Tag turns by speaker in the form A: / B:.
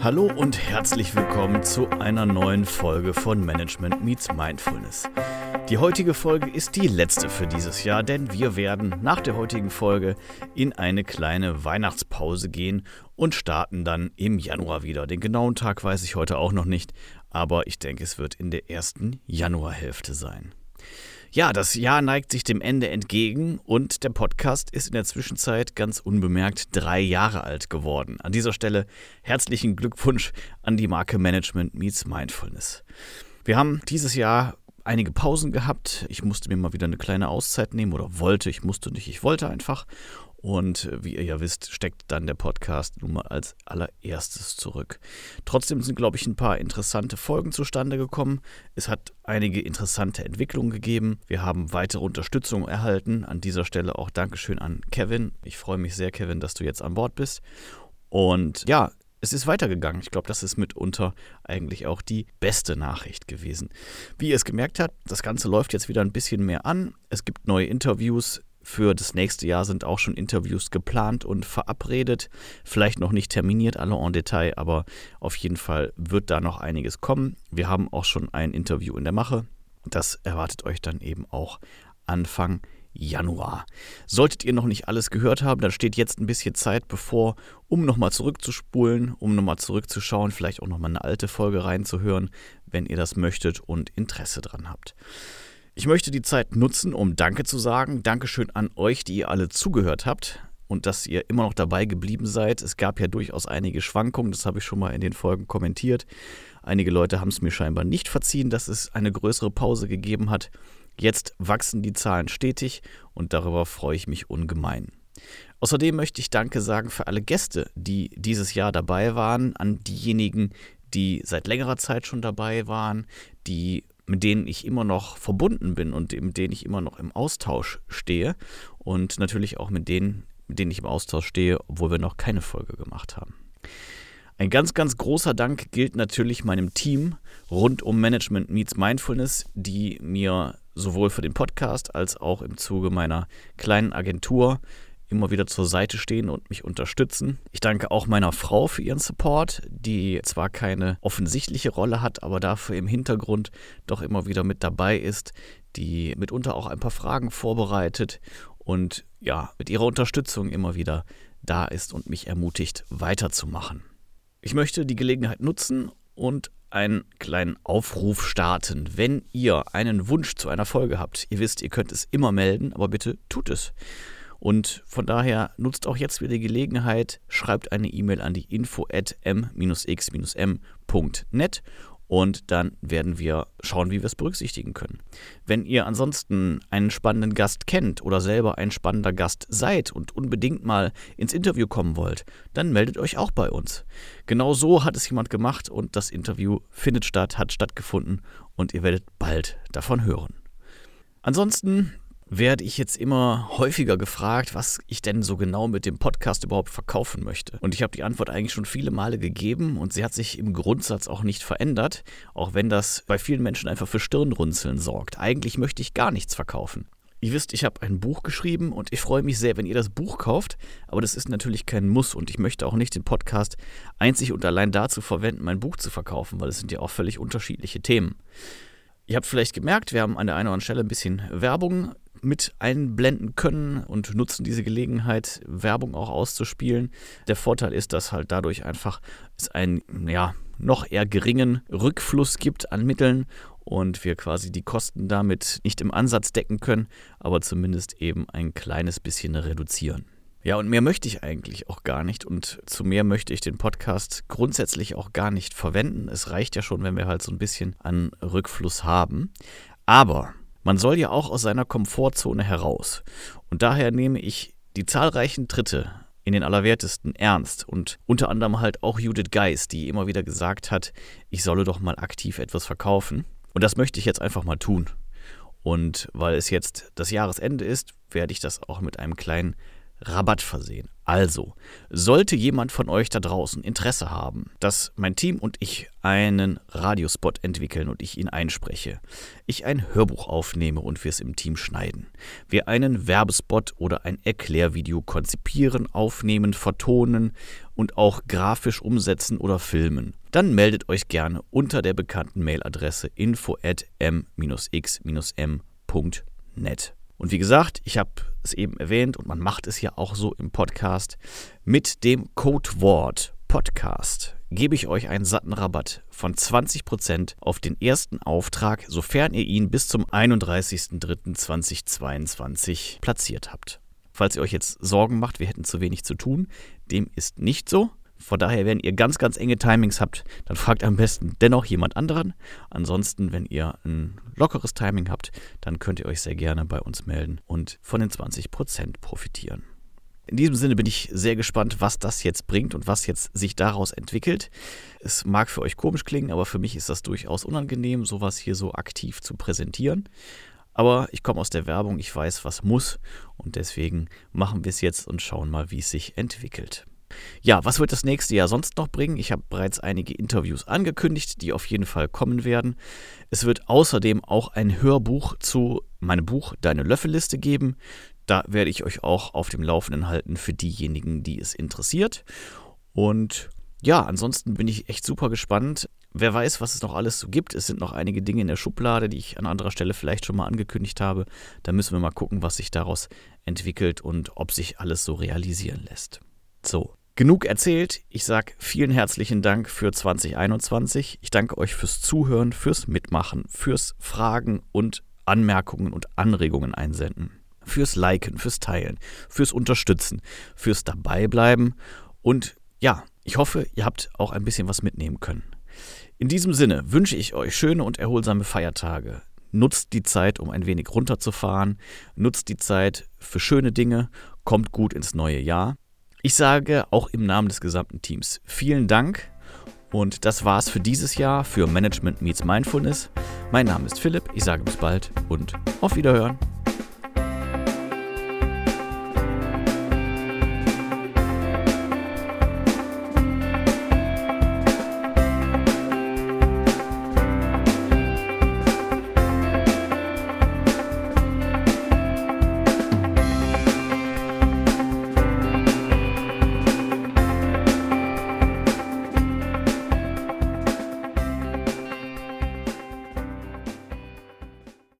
A: Hallo und herzlich willkommen zu einer neuen Folge von Management Meets Mindfulness. Die heutige Folge ist die letzte für dieses Jahr, denn wir werden nach der heutigen Folge in eine kleine Weihnachtspause gehen und starten dann im Januar wieder. Den genauen Tag weiß ich heute auch noch nicht, aber ich denke, es wird in der ersten Januarhälfte sein. Ja, das Jahr neigt sich dem Ende entgegen und der Podcast ist in der Zwischenzeit ganz unbemerkt 3 Jahre alt geworden. An dieser Stelle herzlichen Glückwunsch an die Marke Management Meets Mindfulness. Wir haben dieses Jahr einige Pausen gehabt. Ich musste mir mal wieder eine kleine Auszeit nehmen oder wollte. Ich musste nicht, ich wollte einfach. Und wie ihr ja wisst, steckt dann der Podcast nun mal als allererstes zurück. Trotzdem sind, glaube ich, ein paar interessante Folgen zustande gekommen. Es hat einige interessante Entwicklungen gegeben. Wir haben weitere Unterstützung erhalten. An dieser Stelle auch Dankeschön an Kevin. Ich freue mich sehr, Kevin, dass du jetzt an Bord bist. Und ja, es ist weitergegangen. Ich glaube, das ist mitunter eigentlich auch die beste Nachricht gewesen. Wie ihr es gemerkt habt, das Ganze läuft jetzt wieder ein bisschen mehr an. Es gibt neue Interviews. Für das nächste Jahr sind auch schon Interviews geplant und verabredet. Vielleicht noch nicht terminiert, alle en Detail, aber auf jeden Fall wird da noch einiges kommen. Wir haben auch schon ein Interview in der Mache. Das erwartet euch dann eben auch Anfang Januar. Solltet ihr noch nicht alles gehört haben, dann steht jetzt ein bisschen Zeit bevor, um nochmal zurückzuspulen, um nochmal zurückzuschauen, vielleicht auch nochmal eine alte Folge reinzuhören, wenn ihr das möchtet und Interesse dran habt. Ich möchte die Zeit nutzen, um Danke zu sagen. Dankeschön an euch, die ihr alle zugehört habt und dass ihr immer noch dabei geblieben seid. Es gab ja durchaus einige Schwankungen, das habe ich schon mal in den Folgen kommentiert. Einige Leute haben es mir scheinbar nicht verziehen, dass es eine größere Pause gegeben hat. Jetzt wachsen die Zahlen stetig und darüber freue ich mich ungemein. Außerdem möchte ich Danke sagen für alle Gäste, die dieses Jahr dabei waren, an diejenigen, die seit längerer Zeit schon dabei waren, mit denen ich immer noch verbunden bin und mit denen ich immer noch im Austausch stehe und natürlich auch mit denen ich im Austausch stehe, obwohl wir noch keine Folge gemacht haben. Ein ganz, ganz großer Dank gilt natürlich meinem Team rund um Management Meets Mindfulness, die mir sowohl für den Podcast als auch im Zuge meiner kleinen Agentur immer wieder zur Seite stehen und mich unterstützen. Ich danke auch meiner Frau für ihren Support, die zwar keine offensichtliche Rolle hat, aber dafür im Hintergrund doch immer wieder mit dabei ist, die mitunter auch ein paar Fragen vorbereitet und ja, mit ihrer Unterstützung immer wieder da ist und mich ermutigt, weiterzumachen. Ich möchte die Gelegenheit nutzen und einen kleinen Aufruf starten. Wenn ihr einen Wunsch zu einer Folge habt, ihr wisst, ihr könnt es immer melden, aber bitte tut es. Und von daher nutzt auch jetzt wieder die Gelegenheit, schreibt eine E-Mail an die info@m-x-m.net und dann werden wir schauen, wie wir es berücksichtigen können. Wenn ihr ansonsten einen spannenden Gast kennt oder selber ein spannender Gast seid und unbedingt mal ins Interview kommen wollt, dann meldet euch auch bei uns. Genau so hat es jemand gemacht und das Interview findet statt, hat stattgefunden und ihr werdet bald davon hören. Ansonsten werde ich jetzt immer häufiger gefragt, was ich denn so genau mit dem Podcast überhaupt verkaufen möchte. Und ich habe die Antwort eigentlich schon viele Male gegeben und sie hat sich im Grundsatz auch nicht verändert, auch wenn das bei vielen Menschen einfach für Stirnrunzeln sorgt. Eigentlich möchte ich gar nichts verkaufen. Ihr wisst, ich habe ein Buch geschrieben und ich freue mich sehr, wenn ihr das Buch kauft, aber das ist natürlich kein Muss und ich möchte auch nicht den Podcast einzig und allein dazu verwenden, mein Buch zu verkaufen, weil es sind ja auch völlig unterschiedliche Themen. Ihr habt vielleicht gemerkt, wir haben an der einen oder anderen Stelle ein bisschen Werbung mit einblenden können und nutzen diese Gelegenheit, Werbung auch auszuspielen. Der Vorteil ist, dass halt dadurch einfach es einen noch eher geringen Rückfluss gibt an Mitteln und wir quasi die Kosten damit nicht im Ansatz decken können, aber zumindest eben ein kleines bisschen reduzieren. Ja, und mehr möchte ich eigentlich auch gar nicht und zu mehr möchte ich den Podcast grundsätzlich auch gar nicht verwenden. Es reicht ja schon, wenn wir halt so ein bisschen an Rückfluss haben. Aber man soll ja auch aus seiner Komfortzone heraus. Und daher nehme ich die zahlreichen Tritte in den Allerwertesten ernst und unter anderem halt auch Judith Geis, die immer wieder gesagt hat, ich solle doch mal aktiv etwas verkaufen. Und das möchte ich jetzt einfach mal tun. Und weil es jetzt das Jahresende ist, werde ich das auch mit einem kleinen Rabatt versehen. Also, sollte jemand von euch da draußen Interesse haben, dass mein Team und ich einen Radiospot entwickeln und ich ihn einspreche, ich ein Hörbuch aufnehme und wir es im Team schneiden, wir einen Werbespot oder ein Erklärvideo konzipieren, aufnehmen, vertonen und auch grafisch umsetzen oder filmen, dann meldet euch gerne unter der bekannten Mailadresse info@m-x-m.net. Und wie gesagt, ich habe es eben erwähnt und man macht es ja auch so im Podcast, mit dem Codewort Podcast gebe ich euch einen satten Rabatt von 20% auf den ersten Auftrag, sofern ihr ihn bis zum 31.03.2022 platziert habt. Falls ihr euch jetzt Sorgen macht, wir hätten zu wenig zu tun, dem ist nicht so. Von daher, wenn ihr ganz, ganz enge Timings habt, dann fragt am besten dennoch jemand anderen. Ansonsten, wenn ihr ein lockeres Timing habt, dann könnt ihr euch sehr gerne bei uns melden und von den 20% profitieren. In diesem Sinne bin ich sehr gespannt, was das jetzt bringt und was jetzt sich daraus entwickelt. Es mag für euch komisch klingen, aber für mich ist das durchaus unangenehm, sowas hier so aktiv zu präsentieren. Aber ich komme aus der Werbung, ich weiß, was muss und deswegen machen wir es jetzt und schauen mal, wie es sich entwickelt. Ja, was wird das nächste Jahr sonst noch bringen? Ich habe bereits einige Interviews angekündigt, die auf jeden Fall kommen werden. Es wird außerdem auch ein Hörbuch zu meinem Buch Deine Löffelliste geben. Da werde ich euch auch auf dem Laufenden halten für diejenigen, die es interessiert. Und ja, ansonsten bin ich echt super gespannt. Wer weiß, was es noch alles so gibt. Es sind noch einige Dinge in der Schublade, die ich an anderer Stelle vielleicht schon mal angekündigt habe. Da müssen wir mal gucken, was sich daraus entwickelt und ob sich alles so realisieren lässt. So, genug erzählt. Ich sage vielen herzlichen Dank für 2021. Ich danke euch fürs Zuhören, fürs Mitmachen, fürs Fragen und Anmerkungen und Anregungen einsenden, fürs Liken, fürs Teilen, fürs Unterstützen, fürs Dabeibleiben und ja, ich hoffe, ihr habt auch ein bisschen was mitnehmen können. In diesem Sinne wünsche ich euch schöne und erholsame Feiertage. Nutzt die Zeit, um ein wenig runterzufahren. Nutzt die Zeit für schöne Dinge. Kommt gut ins neue Jahr. Ich sage auch im Namen des gesamten Teams vielen Dank und das war's für dieses Jahr für Management Meets Mindfulness. Mein Name ist Philipp, ich sage bis bald und auf Wiederhören.